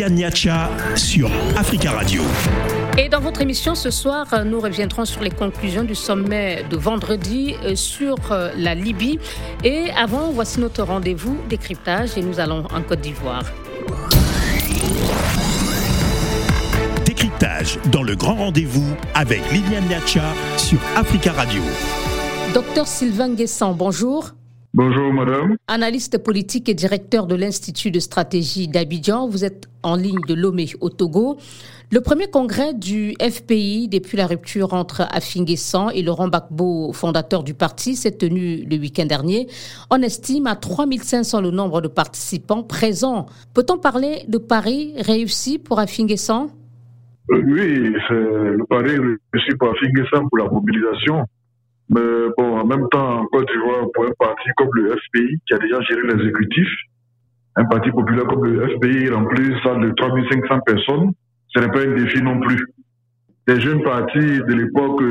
Liliane Niacha sur Africa Radio. Et dans votre émission ce soir, nous reviendrons sur les conclusions du sommet de vendredi sur la Libye. Et avant, voici notre rendez-vous décryptage et nous allons en Côte d'Ivoire. Décryptage dans le grand rendez-vous avec Liliane Niacha sur Africa Radio. Docteur Sylvain Nguessan, bonjour. Bonjour madame. Analyste politique et directeur de l'Institut de stratégie d'Abidjan, vous êtes en ligne de Lomé au Togo. Le premier congrès du FPI depuis la rupture entre Affi N'Guessan et Laurent Gbagbo, fondateur du parti, s'est tenu le week-end dernier. On estime à 3500 le nombre de participants présents. Peut-on parler de pari réussi pour Affi N'Guessan ? Oui, c'est le pari réussi pour Affi N'Guessan pour la mobilisation. Mais bon, en même temps, en Côte d'Ivoire, pour un parti comme le FPI, qui a déjà géré l'exécutif, un parti populaire comme le FPI remplit une salle de 3500 personnes, ce n'est pas un défi non plus. Des jeunes partis de l'époque,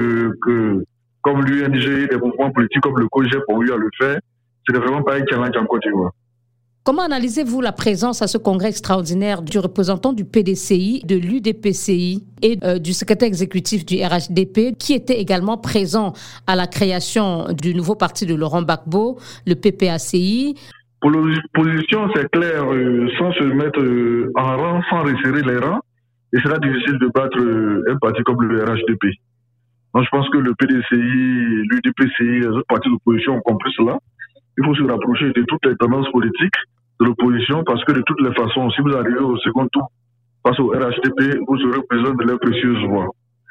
comme l'UNG, des mouvements politiques comme le COGEP ont eu à le faire, ce n'est vraiment pas un challenge en Côte d'Ivoire. Comment analysez-vous la présence à ce congrès extraordinaire du représentant du PDCI, de l'UDPCI et du secrétaire exécutif du RHDP, qui était également présent à la création du nouveau parti de Laurent Gbagbo, le PPACI? Pour l'opposition, c'est clair, sans se mettre en rang, sans resserrer les rangs, il sera difficile de battre un parti comme le RHDP. Donc je pense que le PDCI, l'UDPCI, les autres partis d'opposition ont compris cela. Il faut se rapprocher de toutes les tendances politiques de l'opposition parce que de toutes les façons, si vous arrivez au second tour face au RHDP, vous aurez besoin de leurs précieuses voix.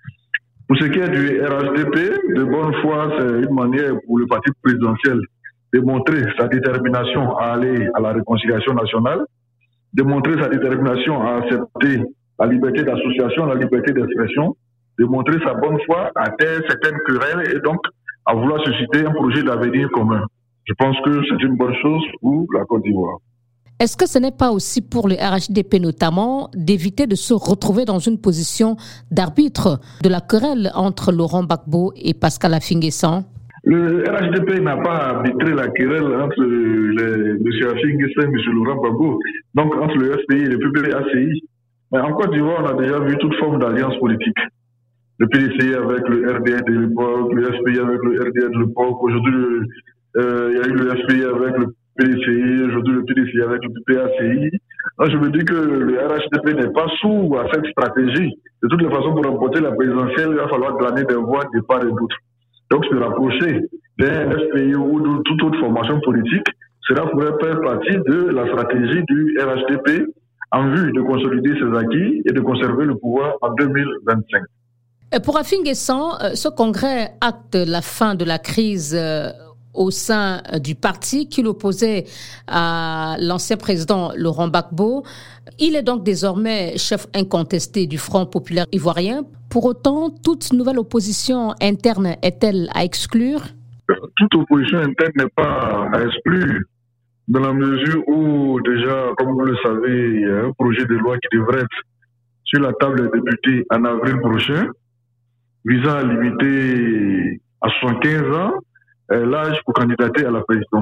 Pour ce qui est du RHDP, de bonne foi, c'est une manière pour le parti présidentiel de montrer sa détermination à aller à la réconciliation nationale, de montrer sa détermination à accepter la liberté d'association, la liberté d'expression, de montrer sa bonne foi à taire certaines querelles et donc à vouloir susciter un projet d'avenir commun. Je pense que c'est une bonne chose pour la Côte d'Ivoire. Est-ce que ce n'est pas aussi pour le RHDP notamment d'éviter de se retrouver dans une position d'arbitre de la querelle entre Laurent Gbagbo et Pascal Affi N'Guessan? Le RHDP n'a pas arbitré la querelle entre M. Affi N'Guessan et M. Laurent Gbagbo, donc entre le FPI et le PPACI. Mais en Côte d'Ivoire, on a déjà vu toute forme d'alliance politique. Le PDCI avec le RDR de l'époque, le FPI avec le RDR de l'époque, aujourd'hui il y a eu le FPI avec le PDCI, aujourd'hui le PDCI avec le PPACI. Alors je me dis que le RHDP n'est pas sourd à cette stratégie. De toutes les façons, pour remporter la présidentielle, il va falloir glaner des voix de part et d'autre. Donc se rapprocher d'un FPI ou de toute autre formation politique, cela pourrait faire partie de la stratégie du RHDP en vue de consolider ses acquis et de conserver le pouvoir en 2025. Pour Affi N'Guessan, ce congrès acte la fin de la crise au sein du parti qui l'opposait à l'ancien président Laurent Gbagbo. Il est donc désormais chef incontesté du Front populaire ivoirien. Pour autant, toute nouvelle opposition interne est-elle à exclure? Toute opposition interne n'est pas à exclure, dans la mesure où déjà, comme vous le savez, il y a un projet de loi qui devrait être sur la table des députés en avril prochain, visant à limiter à 75 ans l'âge pour candidater à la présidence.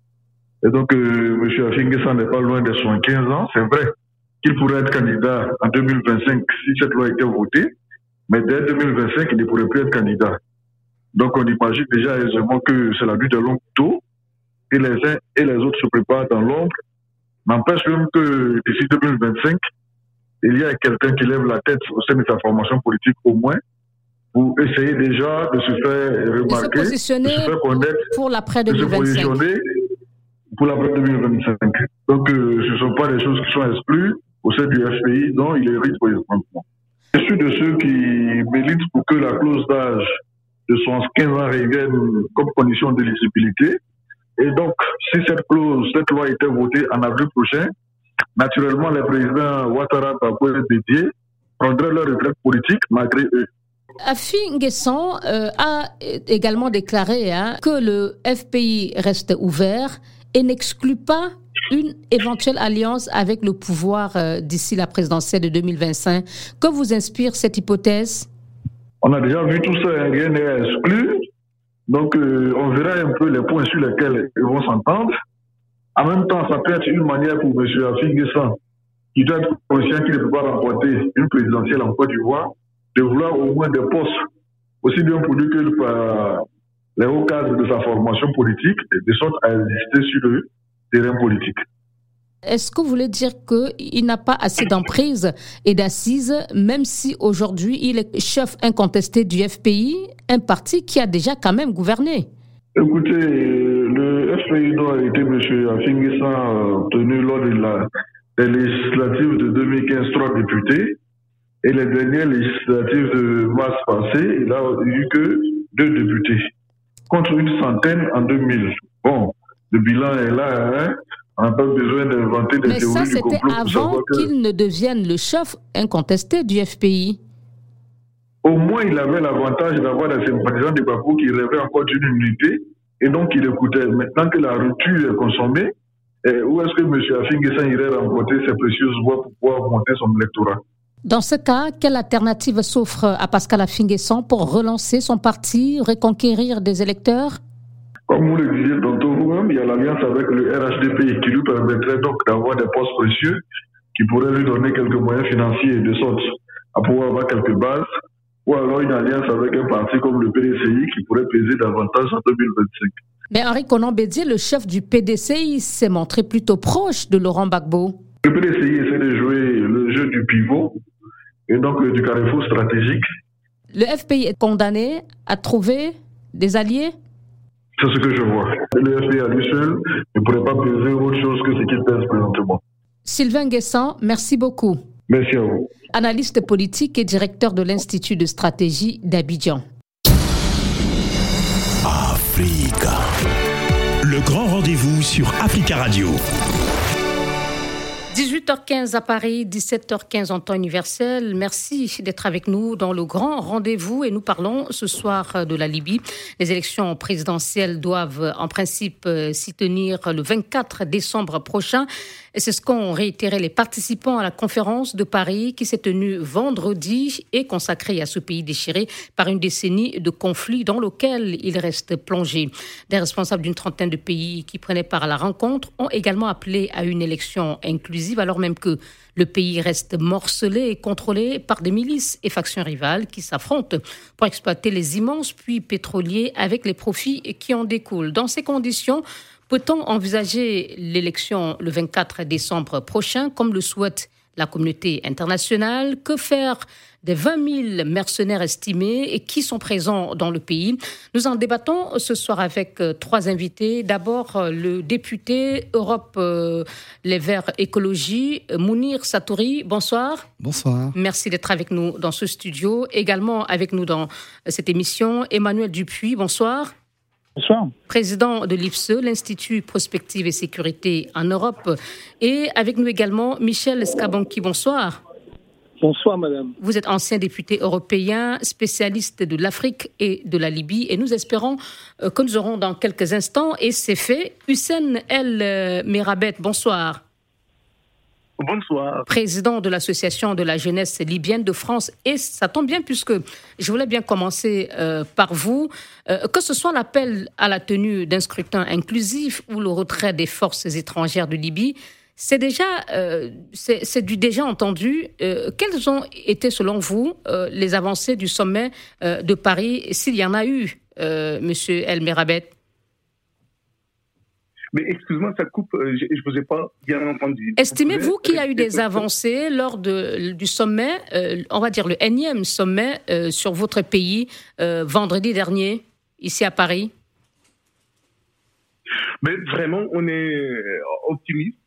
Et donc, M. Affi N'Guessan n'est pas loin des 75 ans. C'est vrai qu'il pourrait être candidat en 2025 si cette loi était votée, mais dès 2025, il ne pourrait plus être candidat. Donc, on imagine déjà aisément que c'est la nuit de long couteau, et les uns et les autres se préparent dans l'ombre. N'empêche même que d'ici 2025, il y a quelqu'un qui lève la tête au sein de sa formation politique au moins, pour essayer déjà de se faire remarquer, de se faire connaître, pour l'après 2025. De se positionner pour l'après 2025. Donc, ce ne sont pas des choses qui sont exclues au sein du FPI, dont il hérite présentement. Je suis de ceux qui militent pour que la clause d'âge de 75 ans revienne comme condition d'éligibilité. Et donc, si cette loi était votée en avril prochain, naturellement, les présidents Ouattara, Gbagbo et Bédié prendraient leur retraite politique malgré eux. Affi N'Guessan a également déclaré que le FPI reste ouvert et n'exclut pas une éventuelle alliance avec le pouvoir d'ici la présidentielle de 2025. Que vous inspire cette hypothèse? On a déjà vu tout ça, rien n'est exclu. Donc, on verra un peu les points sur lesquels ils vont s'entendre. En même temps, ça peut être une manière pour M. Affi N'Guessan qui doit être conscient qu'il ne peut pas remporter une présidentielle en Côte d'Ivoire, de vouloir au moins des postes, aussi bien pour lui que par les hauts cadres de sa formation politique, de sorte à exister sur le terrain politique. Est-ce que vous voulez dire qu'il n'a pas assez d'emprise et d'assises, même si aujourd'hui il est chef incontesté du FPI, un parti qui a déjà quand même gouverné? Écoutez, le FPI dont a été M. Afingissa obtenu lors des législatives de 2015 3 députés, et les dernières législatives de mars passé, il n'a eu que 2 députés, contre une centaine en 2000. Bon, le bilan est là, hein. On n'a pas besoin d'inventer des théories du complot. Mais ça, c'était avant qu'il ne devienne le chef incontesté du FPI. Au moins, il avait l'avantage d'avoir des sympathisants de Bako qui rêvaient encore d'une unité et donc il écoutait. Maintenant que la rupture est consommée, où est-ce que M. Afingissa irait remporter ses précieuses voix pour pouvoir monter son électorat? Dans ce cas, quelle alternative s'offre à Pascal Afingissa pour relancer son parti, reconquérir des électeurs? Comme vous le disiez tantôt vous-même, il y a l'alliance avec le RHDP qui lui permettrait donc d'avoir des postes précieux qui pourraient lui donner quelques moyens financiers de sorte à pouvoir avoir quelques bases, ou alors une alliance avec un parti comme le PDCI qui pourrait peser davantage en 2025. Mais Henri Konan Bédié, le chef du PDCI, s'est montré plutôt proche de Laurent Gbagbo. Le PDCI essaie de jouer le jeu du pivot et donc du carrefour stratégique. Le FPI est condamné à trouver des alliés? C'est ce que je vois. Le FPI à lui seul ne pourrait pas peser autre chose que ce qu'il pèse présentement. Sylvain Nguessan, merci beaucoup. Merci à vous. Analyste politique et directeur de l'Institut de stratégie d'Abidjan. Africa. Le grand rendez-vous sur Africa Radio. 18h15 à Paris, 17h15 en temps universel. Merci d'être avec nous dans le grand rendez-vous et nous parlons ce soir de la Libye. Les élections présidentielles doivent en principe s'y tenir le 24 décembre prochain. Et c'est ce qu'ont réitéré les participants à la conférence de Paris qui s'est tenue vendredi et consacrée à ce pays déchiré par une décennie de conflits dans lequel il reste plongé. Des responsables d'une trentaine de pays qui prenaient part à la rencontre ont également appelé à une élection inclusive alors même que le pays reste morcelé et contrôlé par des milices et factions rivales qui s'affrontent pour exploiter les immenses puits pétroliers avec les profits qui en découlent. Dans ces conditions, peut-on envisager l'élection le 24 décembre prochain, comme le souhaite la communauté internationale? Que faire des 20 000 mercenaires estimés et qui sont présents dans le pays? Nous en débattons ce soir avec 3 invités. D'abord, le député Europe Les Verts Écologie, Mounir Satouri. Bonsoir. Bonsoir. Merci d'être avec nous dans ce studio. Également avec nous dans cette émission, Emmanuel Dupuis. Bonsoir. Bonsoir. Président de l'IFSE, l'Institut Prospective et Sécurité en Europe. Et avec nous également Michel Skabanki. Bonsoir. Bonsoir, madame. Vous êtes ancien député européen, spécialiste de l'Afrique et de la Libye. Et nous espérons que nous aurons dans quelques instants, et c'est fait, Hussein El Merabet. Bonsoir. Bonsoir. Président de l'Association de la jeunesse libyenne de France. Et ça tombe bien puisque je voulais bien commencer par vous. Que ce soit l'appel à la tenue d'un scrutin inclusif ou le retrait des forces étrangères de Libye, c'est du déjà entendu. Quelles ont été, selon vous, les avancées du sommet de Paris, s'il y en a eu, Monsieur El Merabet? Mais excusez-moi, ça coupe, je ne vous ai pas bien entendu. Estimez-vous qu'il y a eu des avancées lors du sommet, on va dire le énième sommet sur votre pays, vendredi dernier, ici à Paris? Mais vraiment, on est optimiste.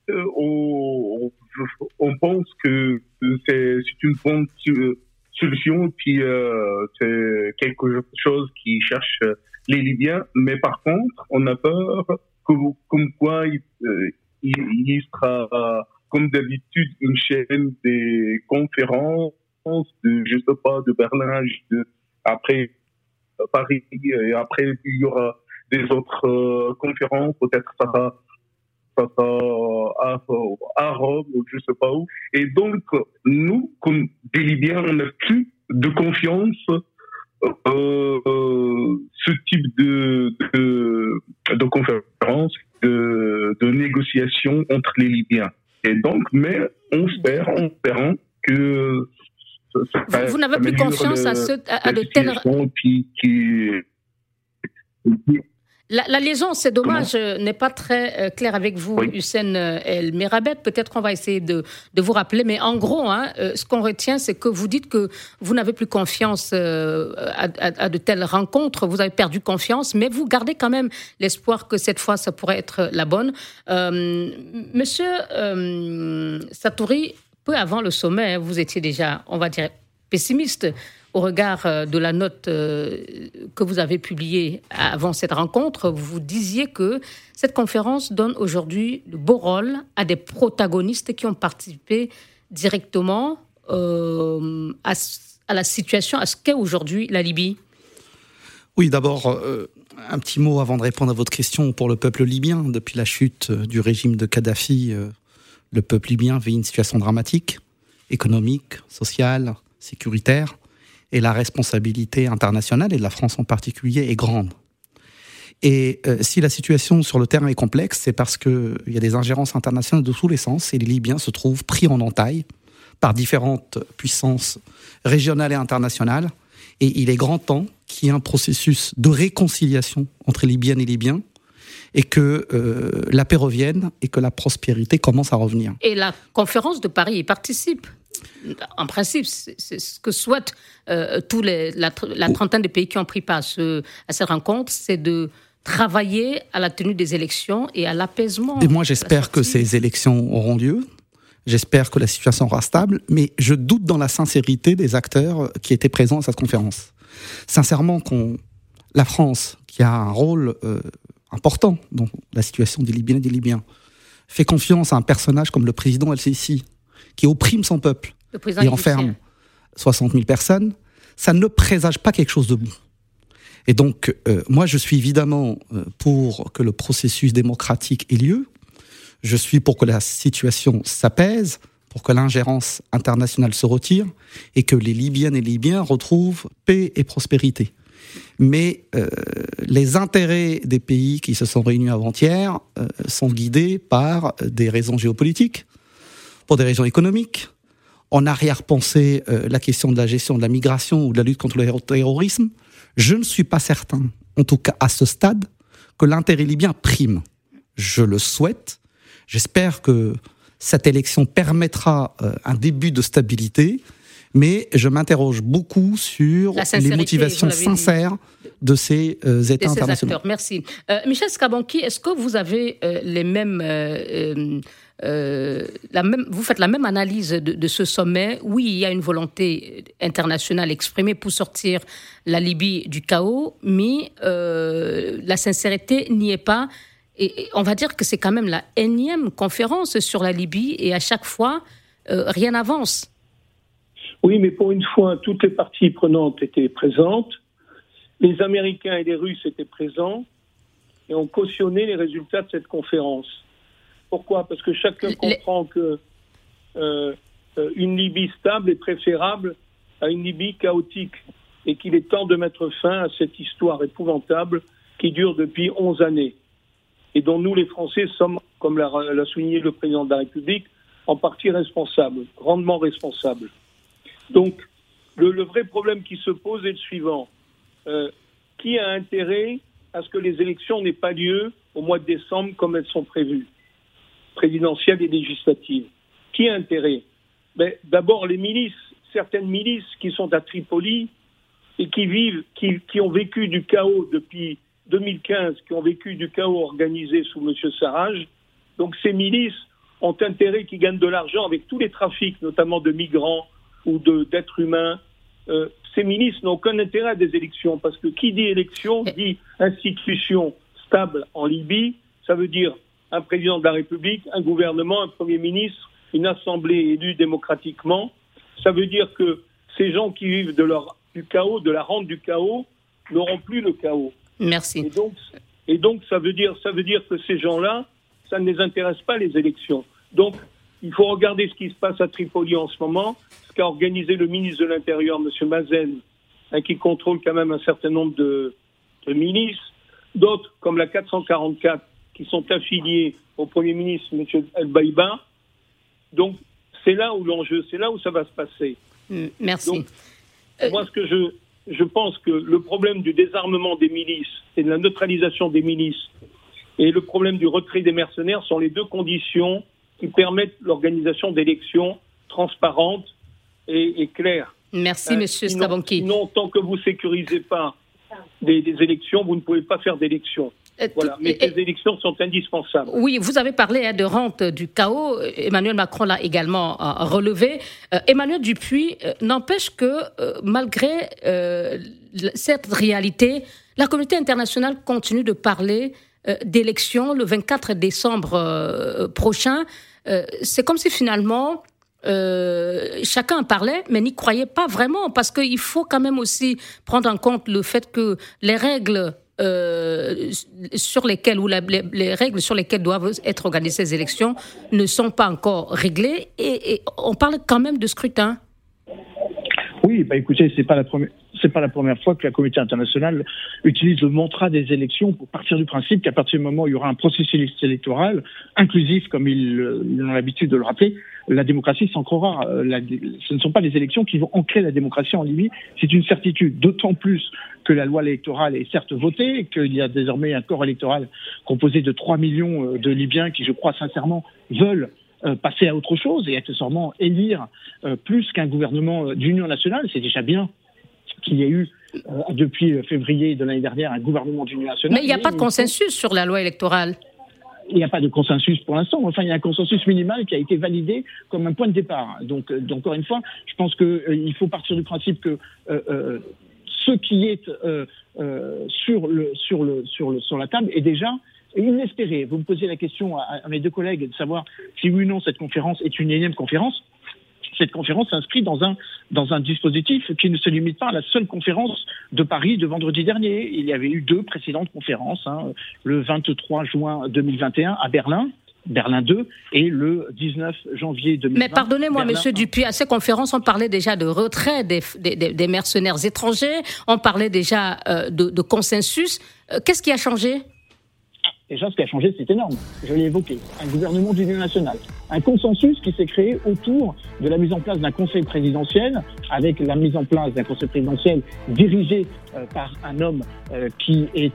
On pense que c'est une bonne solution, puis c'est quelque chose qui cherche les Libyens. Mais par contre, on a peur comme quoi il sera, comme d'habitude, une chaîne des conférences de Berlin, après Paris, et après il y aura des autres conférences, peut-être ça sera à Rome, ou je ne sais pas où. Et donc, nous, comme des Libyens, on n'a plus de confiance ce type de conférence, de négociation entre les Libyens. Et donc, mais on espérant que vous n'avez plus confiance à de telles... La liaison, c'est dommage, n'est pas très claire avec vous, oui. Hussein El Merabet. Peut-être qu'on va essayer de vous rappeler, mais en gros, ce qu'on retient, c'est que vous dites que vous n'avez plus confiance à de telles rencontres, vous avez perdu confiance, mais vous gardez quand même l'espoir que cette fois, ça pourrait être la bonne. Monsieur Satouri, peu avant le sommet, vous étiez déjà, on va dire, pessimiste au regard de la note que vous avez publiée avant cette rencontre. Vous disiez que cette conférence donne aujourd'hui le beau rôle à des protagonistes qui ont participé directement à la situation, à ce qu'est aujourd'hui la Libye. Oui, d'abord, un petit mot avant de répondre à votre question pour le peuple libyen. Depuis la chute du régime de Kadhafi, le peuple libyen vit une situation dramatique, économique, sociale, sécuritaire. Et la responsabilité internationale, et de la France en particulier, est grande. Et si la situation sur le terrain est complexe, c'est parce qu'il y a des ingérences internationales de tous les sens, et les Libyens se trouvent pris en entaille par différentes puissances régionales et internationales. Et il est grand temps qu'il y ait un processus de réconciliation entre Libyennes et Libyens, et que la paix revienne, et que la prospérité commence à revenir. Et la conférence de Paris y participe. En principe, c'est ce que souhaitent la trentaine de pays qui ont pris part à cette rencontre, c'est de travailler à la tenue des élections et à l'apaisement. Et moi, j'espère que ces élections auront lieu. J'espère que la situation sera stable, mais je doute dans la sincérité des acteurs qui étaient présents à cette conférence. Sincèrement, la France, qui a un rôle important dans la situation des Libyens et des Libyens, fait confiance à un personnage comme le président El-Sisi, qui opprime son peuple et enferme 60 000 personnes, ça ne présage pas quelque chose de bon. Et donc, moi, je suis évidemment pour que le processus démocratique ait lieu. Je suis pour que la situation s'apaise, pour que l'ingérence internationale se retire et que les Libyennes et les Libyens retrouvent paix et prospérité. Mais les intérêts des pays qui se sont réunis avant-hier sont guidés par des raisons géopolitiques, pour des raisons économiques. En arrière-pensée, la question de la gestion de la migration ou de la lutte contre le terrorisme, je ne suis pas certain, en tout cas à ce stade, que l'intérêt libyen prime. Je le souhaite. J'espère que cette élection permettra un début de stabilité, mais je m'interroge beaucoup sur les motivations sincères de ces États internationaux. Acteurs. Merci. Michel Skabanki, est-ce que vous avez les mêmes... vous faites la même analyse de ce sommet. Oui, il y a une volonté internationale exprimée pour sortir la Libye du chaos, mais la sincérité n'y est pas. Et on va dire que c'est quand même la énième conférence sur la Libye et à chaque fois, rien n'avance. Oui, mais pour une fois, toutes les parties prenantes étaient présentes. Les Américains et les Russes étaient présents et ont cautionné les résultats de cette conférence. Pourquoi ? Parce que chacun comprend que une Libye stable est préférable à une Libye chaotique et qu'il est temps de mettre fin à cette histoire épouvantable qui dure depuis 11 années et dont nous, les Français, sommes, comme l'a souligné le président de la République, en partie responsables, grandement responsables. Donc, le vrai problème qui se pose est le suivant. Qui a intérêt à ce que les élections n'aient pas lieu au mois de décembre comme elles sont prévues, présidentielles et législatives? Qui a intérêt? D'abord les milices, certaines milices qui sont à Tripoli et qui ont vécu du chaos depuis 2015, qui ont vécu du chaos organisé sous M. Sarraj. Donc ces milices ont intérêt qu'ils gagnent de l'argent avec tous les trafics, notamment de migrants ou d'êtres humains. Ces milices n'ont aucun intérêt à des élections, parce que qui dit élection dit institution stable en Libye. Ça veut dire un président de la République, un gouvernement, un Premier ministre, une assemblée élue démocratiquement. Ça veut dire que ces gens qui vivent du chaos, de la rente du chaos, n'auront plus le chaos. Merci. Et donc ça veut dire que ces gens-là, ça ne les intéresse pas, les élections. Donc, il faut regarder ce qui se passe à Tripoli en ce moment, ce qu'a organisé le ministre de l'Intérieur, M. Mazen, qui contrôle quand même un certain nombre de milices. D'autres, comme la 444, qui sont affiliés au Premier ministre, M. El Baïba. Donc, C'est là où l'enjeu, c'est là où ça va se passer. Merci. Donc, moi, ce que je pense que le problème du désarmement des milices et de la neutralisation des milices et le problème du retrait des mercenaires sont les deux conditions qui permettent l'organisation d'élections transparentes et claires. Merci, Monsieur Skabanki. Sinon, tant que vous ne sécurisez pas des élections, vous ne pouvez pas faire d'élections. Voilà. Mais ces élections sont indispensables. Oui, vous avez parlé de rente du chaos. Emmanuel Macron l'a également relevé. Emmanuel Dupuis n'empêche que, malgré cette réalité, la communauté internationale continue de parler d'élections le 24 décembre prochain. C'est comme si finalement chacun en parlait, mais n'y croyait pas vraiment, parce qu'il faut quand même aussi prendre en compte le fait que les règles sur lesquelles les règles sur lesquelles doivent être organisées ces élections ne sont pas encore réglées, et on parle quand même de scrutin. Oui, écoutez, c'est pas la première fois que la communauté internationale utilise le mantra des élections pour partir du principe qu'à partir du moment où il y aura un processus électoral inclusif, comme ils ont l'habitude de le rappeler, la démocratie s'ancrera. Ce ne sont pas les élections qui vont ancrer la démocratie en Libye, c'est une certitude. D'autant plus que la loi électorale est certes votée, qu'il y a désormais un corps électoral composé de 3 millions de Libyens qui, je crois sincèrement, veulent passer à autre chose et accessoirement élire plus qu'un gouvernement d'union nationale. C'est déjà bien qu'il y ait eu depuis février de l'année dernière un gouvernement d'union nationale. Mais il n'y a pas de consensus sur la loi électorale. Il n'y a pas de consensus pour l'instant. Enfin, il y a un consensus minimal qui a été validé comme un point de départ. Donc encore une fois, je pense qu'il faut partir du principe que ce qui est sur la table est déjà inespéré. Vous me posez la question à mes deux collègues de savoir si oui ou non cette conférence est une énième conférence. Cette conférence s'inscrit dans un dispositif qui ne se limite pas à la seule conférence de Paris de vendredi dernier. Il y avait eu 2 précédentes conférences, le 23 juin 2021 à Berlin 2, et le 19 janvier 2020. Mais pardonnez-moi, Monsieur Dupuis, à ces conférences, on parlait déjà de retrait des mercenaires étrangers, on parlait déjà de consensus. Qu'est-ce qui a changé ? Déjà, ce qui a changé, c'est énorme. Je l'ai évoqué. Un gouvernement d'union nationale. Un consensus qui s'est créé autour de la mise en place d'un conseil présidentiel, avec la mise en place d'un conseil présidentiel dirigé par un homme qui est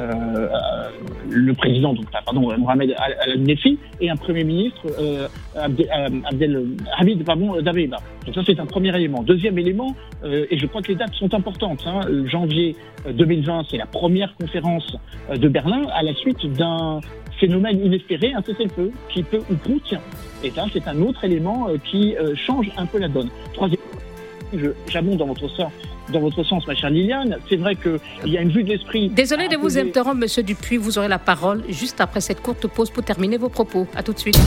le président, Mohamed Al-Nefi, et un premier ministre, Abdelhamid Dabeiba. Donc ça, c'est un premier élément. Deuxième élément, et je crois que les dates sont importantes. Janvier 2020, c'est la première conférence de Berlin, à la suite d'un phénomène inespéré, un cessez-le-feu, qui peu ou prou tient. Et ça, c'est un autre élément qui change un peu la donne. Troisième, j'abonde dans votre sens, ma chère Liliane. C'est vrai qu'il y a une vue de l'esprit... Désolé de vous interrompre, Monsieur Dupuis. Vous aurez la parole juste après cette courte pause pour terminer vos propos. À tout de suite.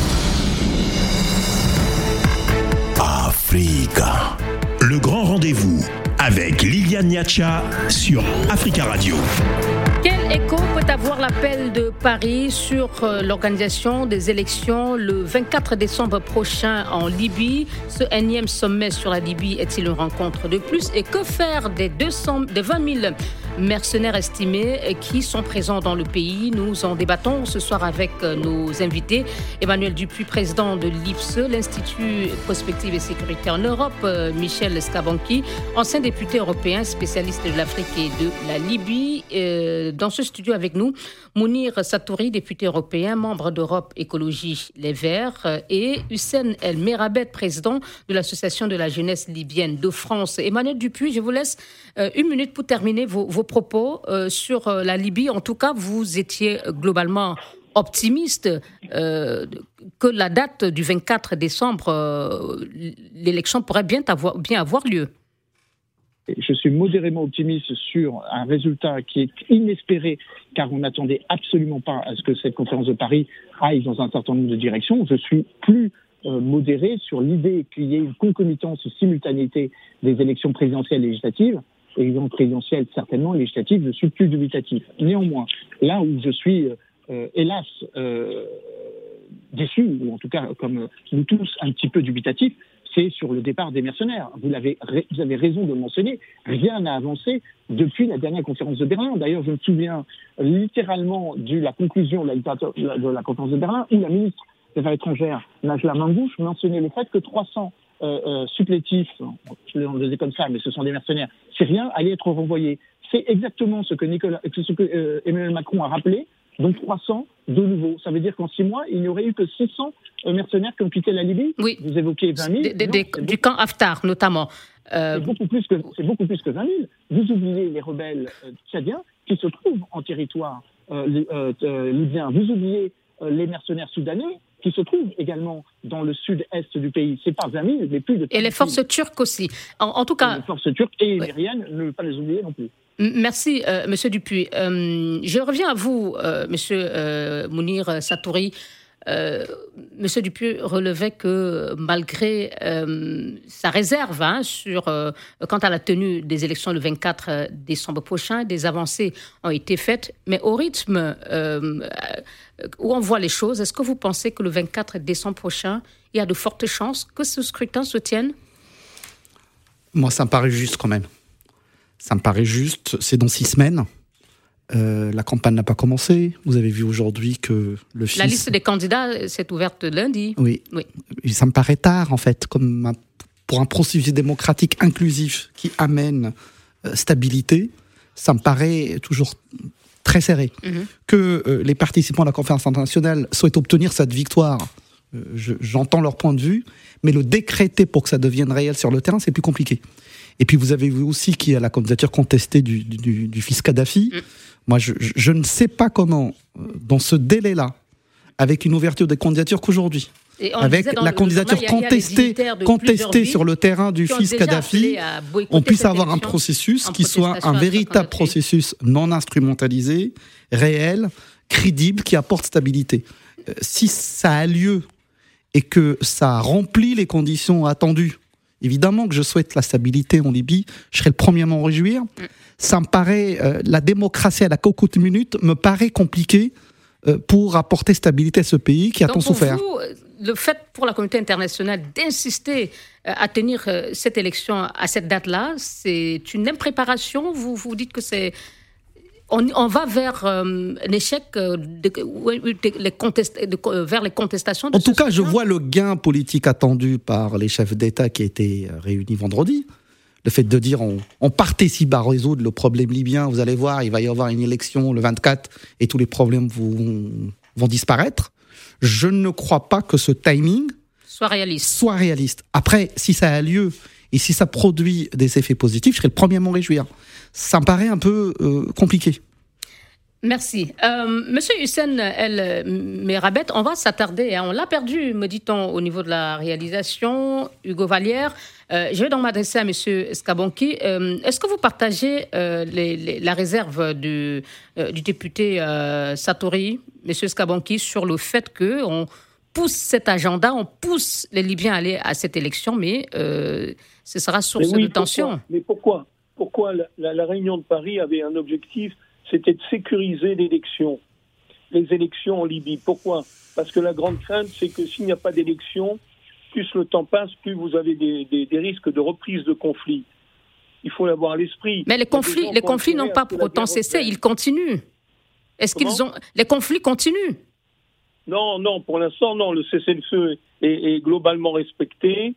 Africa. Le grand rendez-vous avec Liliane Niacha sur Africa Radio. Quel écho peut avoir l'appel de Paris sur l'organisation des élections le 24 décembre prochain en Libye ? Ce énième sommet sur la Libye est-il une rencontre de plus ? Et que faire des 20 000 mercenaires estimés qui sont présents dans le pays ? Nous en débattons ce soir avec nos invités. Emmanuel Dupuis, président de l'IFSE, l'Institut Prospective et Sécurité en Europe. Michel Skabanki, ancien député européen, spécialiste de l'Afrique et de la Libye. Dans ce studio avec nous, Mounir Satouri, député européen, membre d'Europe Écologie Les Verts, et Hussein El Merabet, président de l'Association de la jeunesse libyenne de France. Emmanuel Dupuis, je vous laisse 1 minute pour terminer vos propos sur la Libye. En tout cas, vous étiez globalement optimiste que la date du 24 décembre, l'élection pourrait bien avoir lieu. Je suis modérément optimiste sur un résultat qui est inespéré, car on n'attendait absolument pas à ce que cette conférence de Paris aille dans un certain nombre de directions. Je suis plus modéré sur l'idée qu'il y ait une concomitance, une simultanéité des élections présidentielles et législatives. Élections présidentielles, certainement, législatives, je suis plus dubitatif. Néanmoins, là où je suis, hélas, déçu, ou en tout cas, comme nous tous, un petit peu dubitatif, c'est sur le départ des mercenaires. Vous avez raison de le mentionner. Rien n'a avancé depuis la dernière conférence de Berlin. D'ailleurs, je me souviens littéralement de la conclusion de la conférence de Berlin où la ministre des Affaires étrangères, Najla Mangouche, mentionnait le fait que 300 supplétifs, je les ai comme ça, mais ce sont des mercenaires syriens, allaient être renvoyés. C'est exactement ce que Emmanuel Macron a rappelé, donc 300 de nouveau. Ça veut dire qu'en 6 mois, il n'y aurait eu que 600 mercenaires qui ont quitté la Libye. Oui. Vous évoquez 20 000. Du camp Haftar, notamment. C'est beaucoup plus que 20 000. Vous oubliez les rebelles tchadiens qui se trouvent en territoire libyen. Vous oubliez les mercenaires soudanais qui se trouvent également dans le sud-est du pays. C'est pas 20 000, mais plus de 30 000. Et les forces turques aussi. En tout cas... Les forces turques et émiriennes, ne pas les oublier non plus. Merci, Monsieur Dupuy. Je reviens à vous, Monsieur Mounir Satouri. Monsieur Dupuy relevait que malgré sa réserve quant à la tenue des élections le 24 décembre prochain, des avancées ont été faites. Mais au rythme où on voit les choses, est-ce que vous pensez que le 24 décembre prochain, il y a de fortes chances que ce scrutin se tienne ? Moi, ça me paraît juste quand même. Ça me paraît juste. C'est dans 6 semaines. La campagne n'a pas commencé. Vous avez vu aujourd'hui que le fils... La liste des candidats s'est ouverte lundi. Oui. Et ça me paraît tard, en fait, pour un processus démocratique inclusif qui amène stabilité. Ça me paraît toujours très serré. Que les participants à la conférence internationale souhaitent obtenir cette victoire. J'entends leur point de vue, mais le décréter pour que ça devienne réel sur le terrain, c'est plus compliqué. Et puis vous avez vu aussi qu'il y a la candidature contestée du fils Kadhafi. Moi, je ne sais pas comment, dans ce délai-là, avec une ouverture des candidatures qu'aujourd'hui, avec la candidature contestée sur le terrain du fils Kadhafi, on puisse avoir un processus qui soit un véritable processus non instrumentalisé, réel, crédible, qui apporte stabilité. Si ça a lieu et que ça remplit les conditions attendues, évidemment que je souhaite la stabilité en Libye, je serai le premier à m'en réjouir. Ça me paraît, la démocratie à la cocotte minute me paraît compliquée pour apporter stabilité à ce pays qui a tant souffert. Pour vous, le fait pour la communauté internationale d'insister à tenir cette élection à cette date-là, c'est une impréparation. Vous dites que c'est... On va vers un échec vers les contestations. En tout cas, je vois le gain politique attendu par les chefs d'État qui étaient réunis vendredi. Le fait de dire on participe à résoudre le problème libyen, vous allez voir, il va y avoir une élection le 24 et tous les problèmes vont disparaître. Je ne crois pas que ce timing soit réaliste. Après, si ça a lieu et si ça produit des effets positifs, je serai le premier à m'en réjouir. Ça me paraît un peu compliqué. Merci. Monsieur Hussein El Merabet, on va s'attarder. On l'a perdu, me dit-on, au niveau de la réalisation. Hugo Vallière, je vais donc m'adresser à monsieur Skabonki. Est-ce que vous partagez la réserve du député Satouri, monsieur Skabonki, sur le fait qu'on pousse cet agenda, on pousse les Libyens à aller à cette élection, mais ce sera source de tension. Pourquoi la réunion de Paris avait un objectif, c'était de sécuriser l'élection, les élections en Libye. Pourquoi ? Parce que la grande crainte, c'est que s'il n'y a pas d'élection, plus le temps passe, plus vous avez des risques de reprise de conflits. Il faut l'avoir à l'esprit. Mais les conflits n'ont pas pour autant cessé, ils continuent. Les conflits continuent ? Non, pour l'instant, non. Le cessez-le-feu est globalement respecté.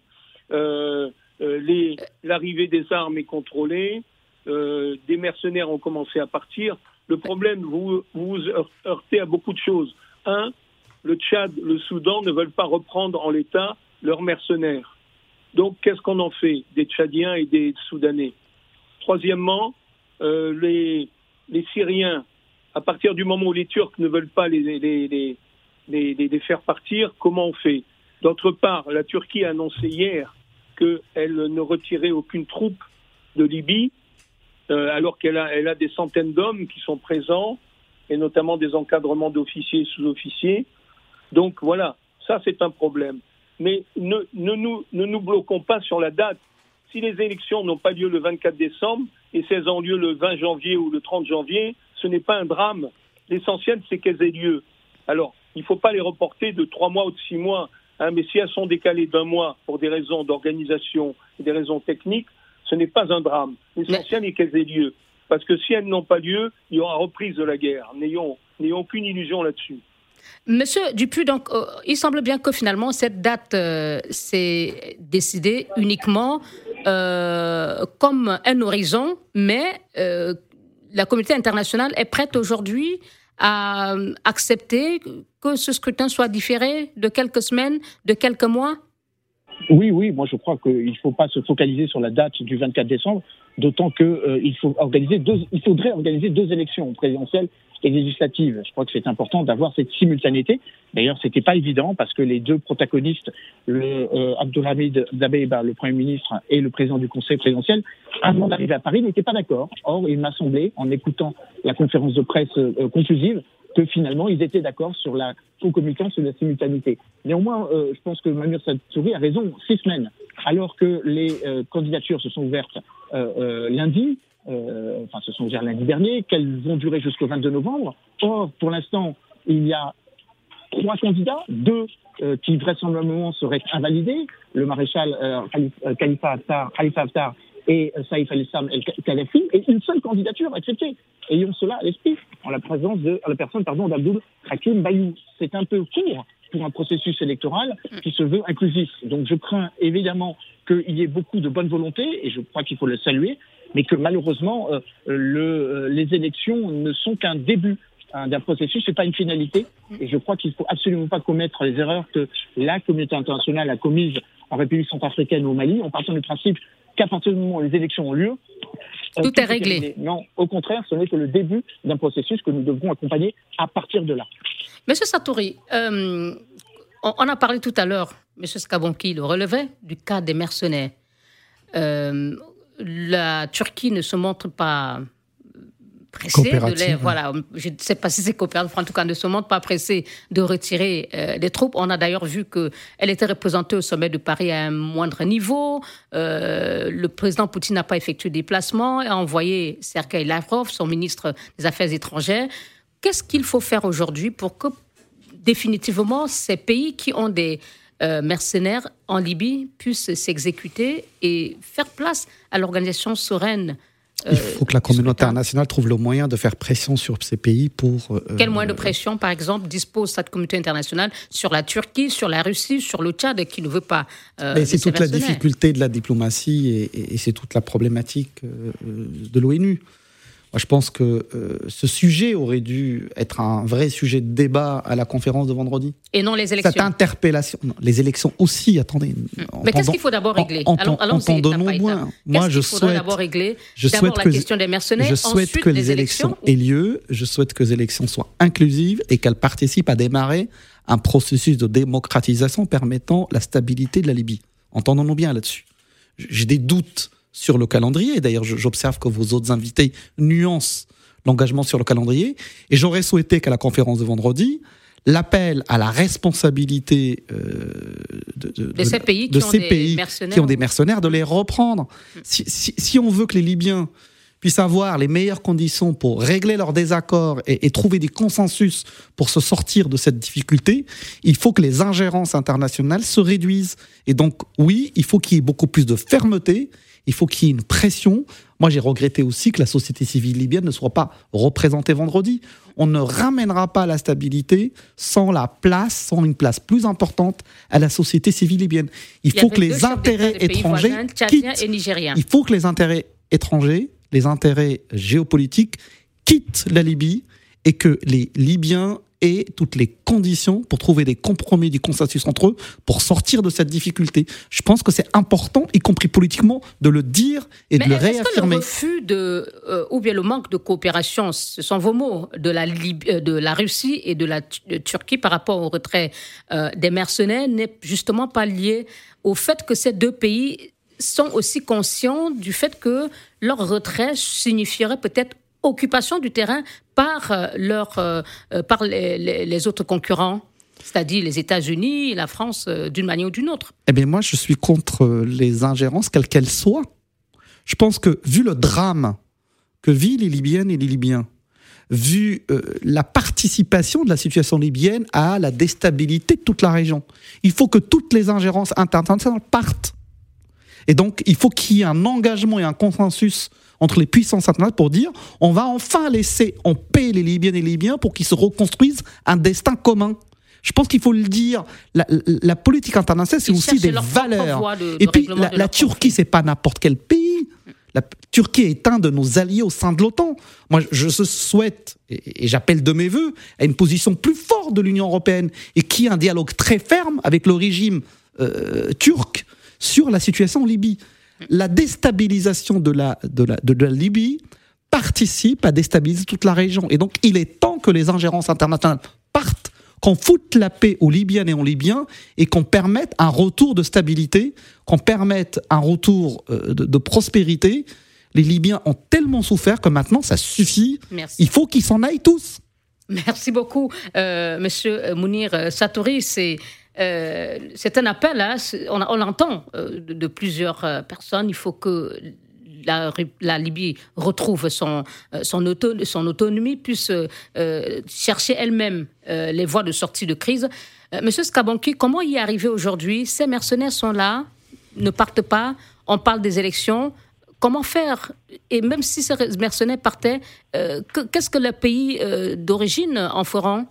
L'arrivée des armes est contrôlée. Des mercenaires ont commencé à partir. Le problème, vous heurtez à beaucoup de choses. Le Tchad, le Soudan ne veulent pas reprendre en l'état leurs mercenaires. Donc, qu'est-ce qu'on en fait des Tchadiens et des Soudanais ? Troisièmement, les Syriens, à partir du moment où les Turcs ne veulent pas les faire partir, comment on fait ? D'autre part, la Turquie a annoncé hier qu'elle ne retirait aucune troupe de Libye, alors qu'elle a des centaines d'hommes qui sont présents, et notamment des encadrements d'officiers et sous-officiers. Donc voilà, ça c'est un problème. Mais ne nous bloquons pas sur la date. Si les élections n'ont pas lieu le 24 décembre, et si elles ont lieu le 20 janvier ou le 30 janvier, ce n'est pas un drame. L'essentiel, c'est qu'elles aient lieu. Alors, il ne faut pas les reporter de 3 mois ou de 6 mois, mais si elles sont décalées d'1 mois pour des raisons d'organisation et des raisons techniques, ce n'est pas un drame. L'essentiel est qu'elles aient lieu. Parce que si elles n'ont pas lieu, il y aura reprise de la guerre. N'ayons aucune illusion là-dessus. Monsieur Dupuy, donc, il semble bien que finalement, cette date s'est décidée uniquement comme un horizon, mais la communauté internationale est prête aujourd'hui à accepter que ce scrutin soit différé de quelques semaines, de quelques mois? Oui, moi je crois qu'il ne faut pas se focaliser sur la date du 24 décembre, d'autant qu'il faudrait organiser deux élections présidentielles et législatives. Je crois que c'est important d'avoir cette simultanéité. D'ailleurs, ce n'était pas évident parce que les deux protagonistes, Abdulhamid Dabeiba, le Premier ministre, et le président du Conseil présidentiel, avant d'arriver à Paris, n'étaient pas d'accord. Or, il m'a semblé, en écoutant la conférence de presse conclusive, que finalement, ils étaient d'accord sur la concomitance et la simultanéité. Néanmoins, je pense que Mamir Sadtouri a raison, 6 semaines, alors que les candidatures se sont ouvertes lundi dernier, qu'elles vont durer jusqu'au 22 novembre. Or, pour l'instant, il y a 3 candidats, 2 qui vraisemblablement seraient invalidés, le maréchal Khalifa Haftar et Saïf al-Islam el-Khalafi, et une seule candidature acceptée. Ayons cela à l'esprit, en la personne d'Abdul Hakim Bayou. C'est un peu court pour un processus électoral qui se veut inclusif. Donc je crains évidemment qu'il y ait beaucoup de bonne volonté, et je crois qu'il faut le saluer, mais que malheureusement, les élections ne sont qu'un début d'un processus, c'est pas une finalité. Et je crois qu'il ne faut absolument pas commettre les erreurs que la communauté internationale a commises en République centrafricaine ou au Mali, en partant du principe qu'à partir du moment où les élections ont lieu, tout est réglé. Non, au contraire, ce n'est que le début d'un processus que nous devrons accompagner à partir de là. Monsieur Sadtouri, on a parlé tout à l'heure, Monsieur Skabonki le relevait, du cas des mercenaires. La Turquie ne se montre pas pressée je ne sais pas si c'est coopératif, en tout cas ne se montre pas pressée de retirer des troupes. On a d'ailleurs vu qu'elle était représentée au sommet de Paris à un moindre niveau. Le président Poutine n'a pas effectué de déplacement et a envoyé Sergueï Lavrov, son ministre des Affaires étrangères. Qu'est-ce qu'il faut faire aujourd'hui pour que définitivement ces pays qui ont des mercenaires en Libye puissent s'exécuter et faire place à l'organisation sereine? Il faut que la communauté internationale trouve le moyen de faire pression sur ces pays pour... Quel moyen de pression, par exemple, dispose cette communauté internationale sur la Turquie, sur la Russie, sur le Tchad, qui ne veut pas... c'est toute la difficulté de la diplomatie et c'est toute la problématique de l'ONU. Moi, je pense que ce sujet aurait dû être un vrai sujet de débat à la conférence de vendredi. Et non les élections. Cette interpellation, non, les élections aussi, attendez. Mais qu'est-ce qu'il faut d'abord régler? Entendons moins. Moi, je souhaite d'abord régler. D'abord la question des mercenaires. Je souhaite que les élections aient lieu. Je souhaite que les élections soient inclusives et qu'elles participent à démarrer un processus de démocratisation permettant la stabilité de la Libye. Entendons-nous bien là-dessus. J'ai des doutes sur le calendrier. D'ailleurs, j'observe que vos autres invités nuancent l'engagement sur le calendrier. Et j'aurais souhaité qu'à la conférence de vendredi, l'appel à la responsabilité de ces pays qui ont des mercenaires, de les reprendre. Si on veut que les Libyens puissent avoir les meilleures conditions pour régler leurs désaccords et trouver des consensus pour se sortir de cette difficulté, il faut que les ingérences internationales se réduisent. Et donc, oui, il faut qu'il y ait beaucoup plus de fermeté. Il faut qu'il y ait une pression. Moi, j'ai regretté aussi que la société civile libyenne ne soit pas représentée vendredi. On ne ramènera pas la stabilité sans une place plus importante à la société civile libyenne. Il faut que les intérêts étrangers quittent. Il faut que les intérêts étrangers, les intérêts géopolitiques quittent la Libye et que les Libyens aient toutes les conditions pour trouver des compromis, du consensus entre eux, pour sortir de cette difficulté. Je pense que c'est important, y compris politiquement, de le dire et de le réaffirmer. Est-ce que le refus ou bien le manque de coopération, ce sont vos mots, de la Russie et de la Turquie par rapport au retrait des mercenaires, n'est justement pas lié au fait que ces deux pays sont aussi conscients du fait que leur retrait signifierait peut-être occupation du terrain par les autres concurrents, c'est-à-dire les États-Unis et la France d'une manière ou d'une autre? Eh bien, moi, je suis contre les ingérences, quelles qu'elles soient. Je pense que, vu le drame que vivent les Libyennes et les Libyens, vu la participation de la situation libyenne à la déstabilité de toute la région, il faut que toutes les ingérences internationales partent. Et donc, il faut qu'il y ait un engagement et un consensus entre les puissances internationales pour dire on va enfin laisser en paix les Libyennes et les Libyens pour qu'ils se reconstruisent un destin commun. Je pense qu'il faut le dire, la politique internationale, c'est aussi des valeurs. Et puis, la Turquie, c'est pas n'importe quel pays. La Turquie est un de nos alliés au sein de l'OTAN. Moi, je souhaite, et j'appelle de mes voeux, à une position plus forte de l'Union européenne et qui ait un dialogue très ferme avec le régime turc sur la situation en Libye. La déstabilisation de la Libye participe à déstabiliser toute la région. Et donc, il est temps que les ingérences internationales partent, qu'on foute la paix aux Libyennes et aux Libyens et qu'on permette un retour de stabilité, qu'on permette un retour de prospérité. Les Libyens ont tellement souffert que maintenant, ça suffit. Merci. Il faut qu'ils s'en aillent tous. Merci beaucoup, Monsieur Mounir Satouri. C'est un appel, hein, on l'entend de plusieurs personnes. Il faut que la Libye retrouve son autonomie, puisse chercher elle-même les voies de sortie de crise. Monsieur Skabanki, comment y arriver aujourd'hui? Ces mercenaires sont là, ne partent pas, on parle des élections. Comment faire? Et même si ces mercenaires partaient, qu'est-ce que les pays d'origine en feront?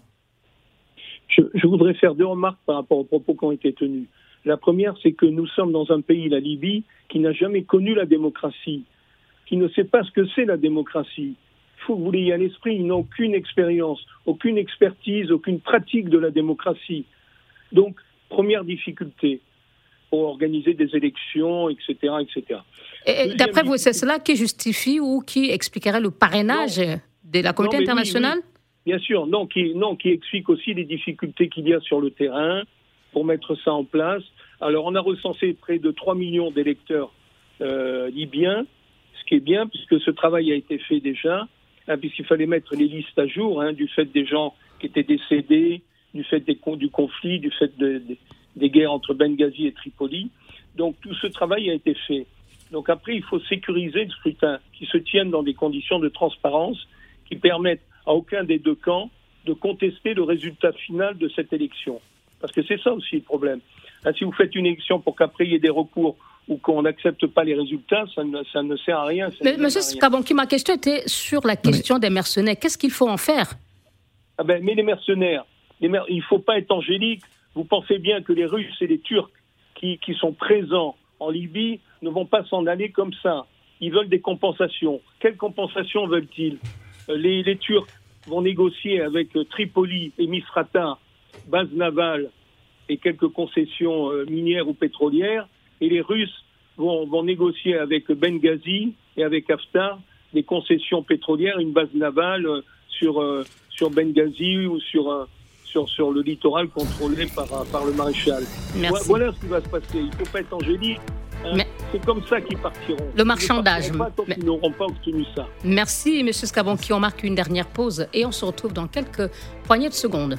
Je voudrais faire 2 remarques par rapport aux propos qui ont été tenus. La première, c'est que nous sommes dans un pays, la Libye, qui n'a jamais connu la démocratie, qui ne sait pas ce que c'est la démocratie. Il faut que vous l'ayez à l'esprit, ils n'ont aucune expérience, aucune expertise, aucune pratique de la démocratie. Donc, première difficulté pour organiser des élections, etc. etc. Et d'après vous, c'est cela qui justifie ou qui expliquerait le parrainage de la communauté internationale? Oui. Bien sûr, qui explique aussi les difficultés qu'il y a sur le terrain pour mettre ça en place. Alors, on a recensé près de 3 millions d'électeurs libyens, ce qui est bien, puisque ce travail a été fait déjà, puisqu'il fallait mettre les listes à jour, du fait des gens qui étaient décédés, du fait du conflit, du fait des guerres entre Benghazi et Tripoli. Donc, tout ce travail a été fait. Donc, après, il faut sécuriser le scrutin, qui se tienne dans des conditions de transparence qui permettent à aucun des 2 camps de contester le résultat final de cette élection. Parce que c'est ça aussi le problème. Si vous faites une élection pour qu'après il y ait des recours ou qu'on n'accepte pas les résultats, ça ne sert à rien. Monsieur Skabanki, ma question était sur la question des mercenaires. Qu'est-ce qu'il faut en faire? Mais les mercenaires, il ne faut pas être angélique. Vous pensez bien que les Russes et les Turcs qui sont présents en Libye ne vont pas s'en aller comme ça. Ils veulent des compensations. Quelles compensations veulent-ils? Les Turcs vont négocier avec Tripoli et Misrata, base navale et quelques concessions minières ou pétrolières, et les Russes vont négocier avec Benghazi et avec Haftar des concessions pétrolières, une base navale sur Benghazi ou sur le littoral contrôlé par le maréchal. Voilà ce qui va se passer. Il ne faut pas être angélique. C'est comme ça qu'ils partiront. Le marchandage. Ils n'auront pas obtenu ça. Merci, M. Skabanki. On marque une dernière pause et on se retrouve dans quelques poignées de secondes.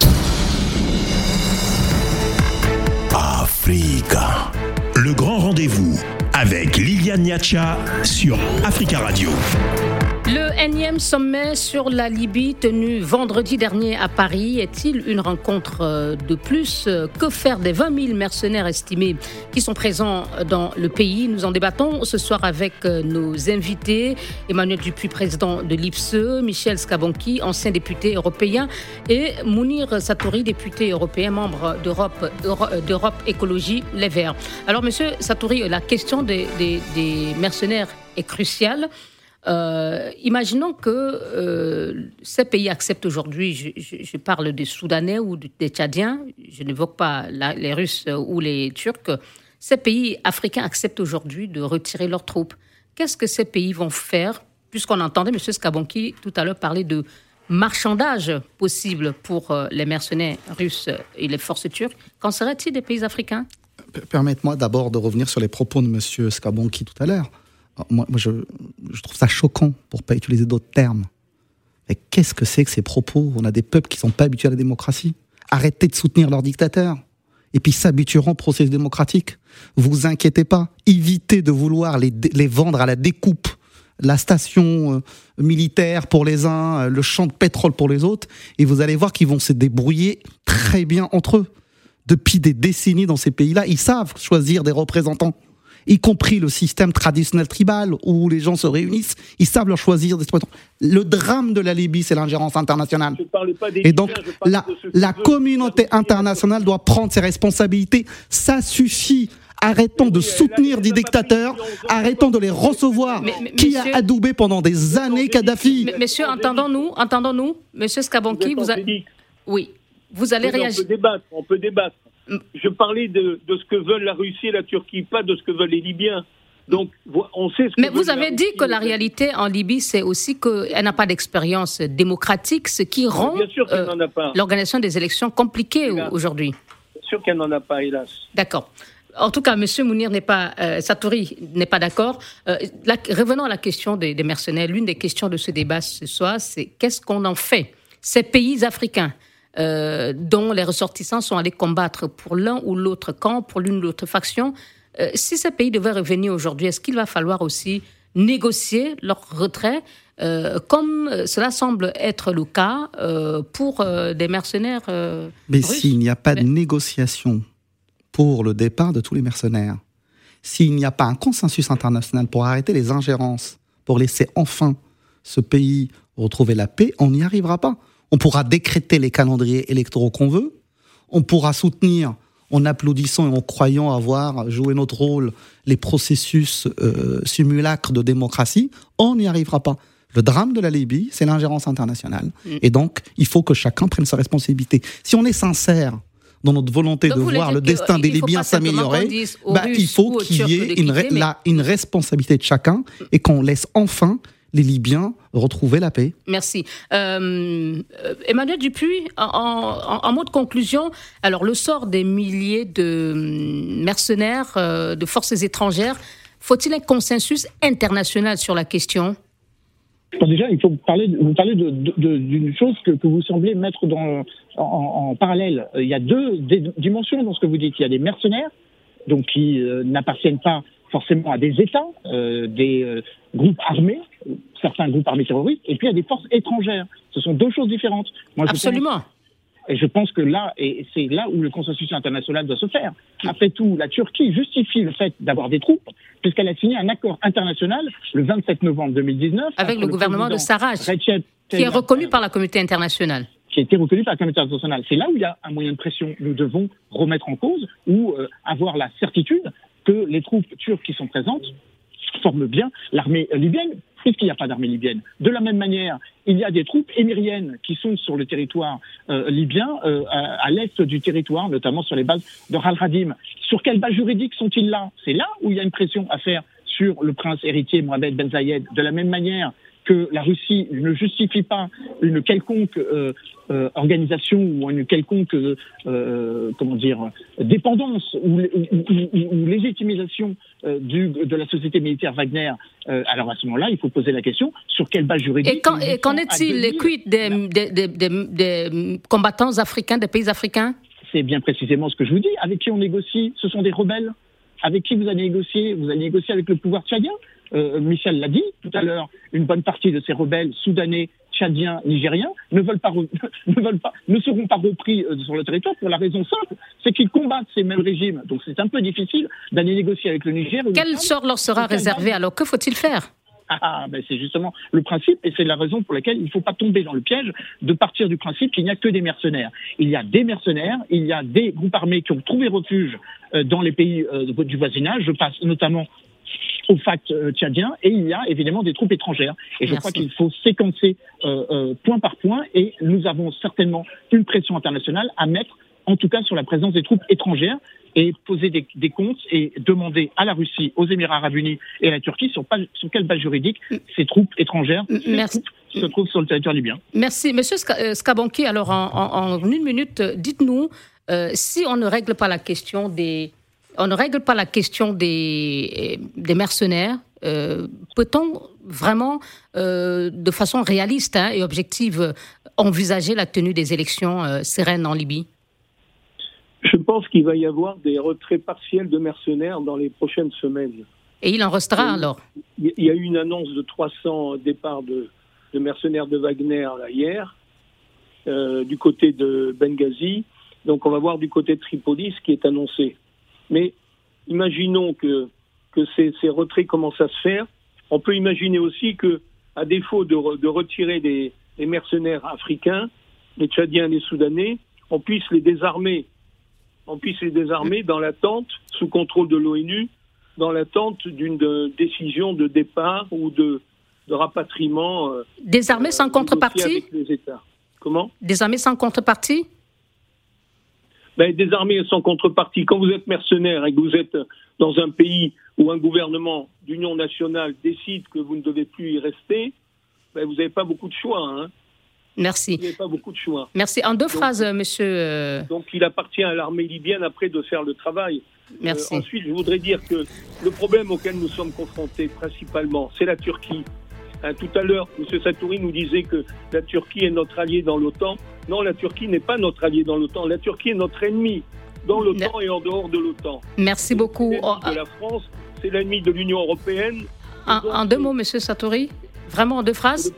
Africa. Le grand rendez-vous avec Liliane Niacha sur Africa Radio. Le énième sommet sur la Libye tenu vendredi dernier à Paris est-il une rencontre de plus? Que faire des 20 000 mercenaires estimés qui sont présents dans le pays? Nous en débattons ce soir avec nos invités. Emmanuel Dupuis, président de l'IPSE, Michel Skabanki, ancien député européen, et Mounir Satouri, député européen, membre d'Europe Écologie Les Verts. Alors, monsieur Satouri, la question des mercenaires est cruciale. Imaginons que ces pays acceptent aujourd'hui, je parle des Soudanais ou des Tchadiens, je n'évoque pas les Russes ou les Turcs, ces pays africains acceptent aujourd'hui de retirer leurs troupes. Qu'est-ce que ces pays vont faire, puisqu'on entendait M. Skabanki tout à l'heure parler de marchandage possible pour les mercenaires russes et les forces turques, qu'en serait-il des pays africains? Permettez-moi d'abord de revenir sur les propos de M. Skabanki tout à l'heure. Moi, je trouve ça choquant, pour ne pas utiliser d'autres termes. Mais qu'est-ce que c'est que ces propos? On a des peuples qui ne sont pas habitués à la démocratie. Arrêtez de soutenir leurs dictateurs. Et puis s'habitueront au processus démocratique. Vous inquiétez pas. Évitez de vouloir les vendre à la découpe. La station militaire pour les uns, le champ de pétrole pour les autres. Et vous allez voir qu'ils vont se débrouiller très bien entre eux. Depuis des décennies dans ces pays-là, ils savent choisir des représentants. y compris le système traditionnel tribal où les gens se réunissent, ils savent leur choisir des exploitants. Le drame de la Libye, c'est l'ingérence internationale. Et donc, la communauté internationale doit prendre ses responsabilités. Ça suffit. Arrêtons de soutenir des dictateurs, arrêtons de les recevoir. Qui a adoubé pendant des années Kadhafi? Monsieur, entendons-nous. Monsieur Skabanki, oui, vous allez réagir. On peut débattre. Je parlais de ce que veulent la Russie et la Turquie, pas de ce que veulent les Libyens. Donc, on sait ce que. Mais vous avez dit que la réalité en Libye, c'est aussi qu'elle n'a pas d'expérience démocratique, ce qui rend l'organisation des élections compliquée aujourd'hui. Bien sûr qu'elle n'en a pas, hélas. D'accord. En tout cas, M. Mounir Satouri n'est pas d'accord. Revenons à la question des mercenaires. L'une des questions de ce débat ce soir, c'est qu'est-ce qu'on en fait? Ces pays africains dont les ressortissants sont allés combattre pour l'un ou l'autre camp, pour l'une ou l'autre faction, si ces pays devaient revenir aujourd'hui, est-ce qu'il va falloir aussi négocier leur retrait, comme cela semble être le cas pour des mercenaires Mais russes? S'il n'y a pas de négociation pour le départ de tous les mercenaires, s'il n'y a pas un consensus international pour arrêter les ingérences, pour laisser enfin ce pays retrouver la paix, on n'y arrivera pas. On pourra décréter les calendriers électoraux qu'on veut, on pourra soutenir en applaudissant et en croyant avoir joué notre rôle les processus simulacres de démocratie, on n'y arrivera pas. Le drame de la Libye, c'est l'ingérence internationale. Et donc, il faut que chacun prenne sa responsabilité. Si on est sincère dans notre volonté de voir le destin des Libyens s'améliorer, il faut qu'il y ait une responsabilité de chacun et qu'on laisse enfin les Libyens retrouver la paix. Merci. Emmanuel Dupuis, en mot de conclusion, alors le sort des milliers de mercenaires, de forces étrangères, faut-il un consensus international sur la question ? Déjà, il faut vous parler d'une chose que vous semblez mettre en parallèle. Il y a deux dimensions dans ce que vous dites. Il y a des mercenaires, donc qui n'appartiennent pas forcément à des États, des groupes armés, certains groupes armés terroristes, et puis il y a des forces étrangères. Ce sont deux choses différentes. Absolument. Et je pense que c'est là où le consensus international doit se faire. Après tout, la Turquie justifie le fait d'avoir des troupes, puisqu'elle a signé un accord international le 27 novembre 2019... avec le gouvernement de Sarraj, qui est reconnu par la communauté internationale. Qui a été reconnu par la communauté internationale. C'est là où il y a un moyen de pression. Nous devons remettre en cause ou avoir la certitude que les troupes turques qui sont présentes forment bien l'armée libyenne, puisqu'il n'y a pas d'armée libyenne. De la même manière, il y a des troupes émiriennes qui sont sur le territoire libyen, à l'est du territoire, notamment sur les bases de Al-Radim. Sur quelle base juridique sont-ils là ? C'est là où il y a une pression à faire sur le prince héritier Mohamed Ben Zayed. De la même manière que la Russie ne justifie pas une quelconque organisation ou une quelconque dépendance ou légitimisation de la société militaire Wagner, alors à ce moment-là, il faut poser la question sur quelle base juridique. Et qu'en est-il les quid des combattants africains, des pays africains ? C'est bien précisément ce que je vous dis. Avec qui on négocie ? Ce sont des rebelles. Avec qui vous allez négocier ? Vous allez négocier avec le pouvoir tchadien ? Michel l'a dit tout à l'heure, une bonne partie de ces rebelles soudanais, tchadiens, nigériens ne seront pas repris sur le territoire pour la raison simple, c'est qu'ils combattent ces mêmes régimes. Donc c'est un peu difficile d'aller négocier avec le Niger. Quel sort leur sera réservé alors ? Que faut-il faire ? C'est justement le principe, et c'est la raison pour laquelle il ne faut pas tomber dans le piège de partir du principe qu'il n'y a que des mercenaires. Il y a des mercenaires, il y a des groupes armés qui ont trouvé refuge dans les pays du voisinage. Je passe notamment au FACT tchadien, et il y a évidemment des troupes étrangères. Et je crois qu'il faut séquencer point par point, et nous avons certainement une pression internationale à mettre, en tout cas sur la présence des troupes étrangères, et poser des comptes et demander à la Russie, aux Émirats Arabes Unis et à la Turquie sur quelle base juridique ces troupes étrangères se trouvent sur le territoire libyen. Merci. Monsieur Skabanki, alors en une minute, dites-nous, si on ne règle pas la question des mercenaires, peut-on vraiment, de façon réaliste et objective, envisager la tenue des élections sereines en Libye ? Je pense qu'il va y avoir des retraits partiels de mercenaires dans les prochaines semaines. Et il en restera alors ? Il y a eu une annonce de 300 départs de mercenaires de Wagner là, hier, du côté de Benghazi. Donc on va voir du côté de Tripoli ce qui est annoncé. Mais imaginons que que ces retraits commencent à se faire. On peut imaginer aussi que, à défaut de retirer les mercenaires africains, les Tchadiens, les Soudanais, on puisse les désarmer. Dans l'attente, sous contrôle de l'ONU, dans l'attente d'une décision de départ ou de rapatriement. Désarmer sans contrepartie avec les États. Comment ? Désarmer sans contrepartie ? Désarmer sans contrepartie. Quand vous êtes mercenaire et que vous êtes dans un pays où un gouvernement d'union nationale décide que vous ne devez plus y rester, vous n'avez pas beaucoup de choix. Hein. Merci. Vous n'avez pas beaucoup de choix. Merci. En deux phrases, monsieur. Donc, il appartient à l'armée libyenne après de faire le travail. Merci. Ensuite, je voudrais dire que le problème auquel nous sommes confrontés principalement, c'est la Turquie. Tout à l'heure, M. Satouri nous disait que la Turquie est notre allié dans l'OTAN. Non, la Turquie n'est pas notre allié dans l'OTAN. La Turquie est notre ennemi dans l'OTAN et en dehors de l'OTAN. Merci beaucoup. C'est l'ennemi de la France, c'est l'ennemi de l'Union européenne. En deux mots, M. Satouri, vraiment en deux phrases.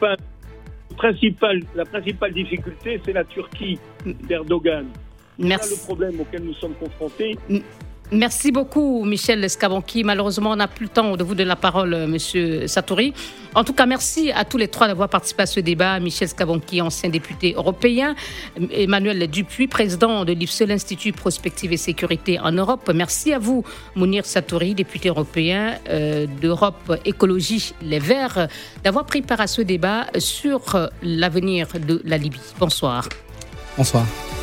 La principale difficulté, c'est la Turquie d'Erdogan. Merci. C'est le problème auquel nous sommes confrontés. Merci beaucoup, Michel Scabonki. Malheureusement, on n'a plus le temps de vous donner la parole, Monsieur Satouri. En tout cas, merci à tous les trois d'avoir participé à ce débat. Michel Scabonki, ancien député européen. Emmanuel Dupuis, président de l'IFSE, l'Institut Prospective et Sécurité en Europe. Merci à vous, Mounir Satouri, député européen d'Europe Écologie Les Verts, d'avoir pris part à ce débat sur l'avenir de la Libye. Bonsoir. Bonsoir.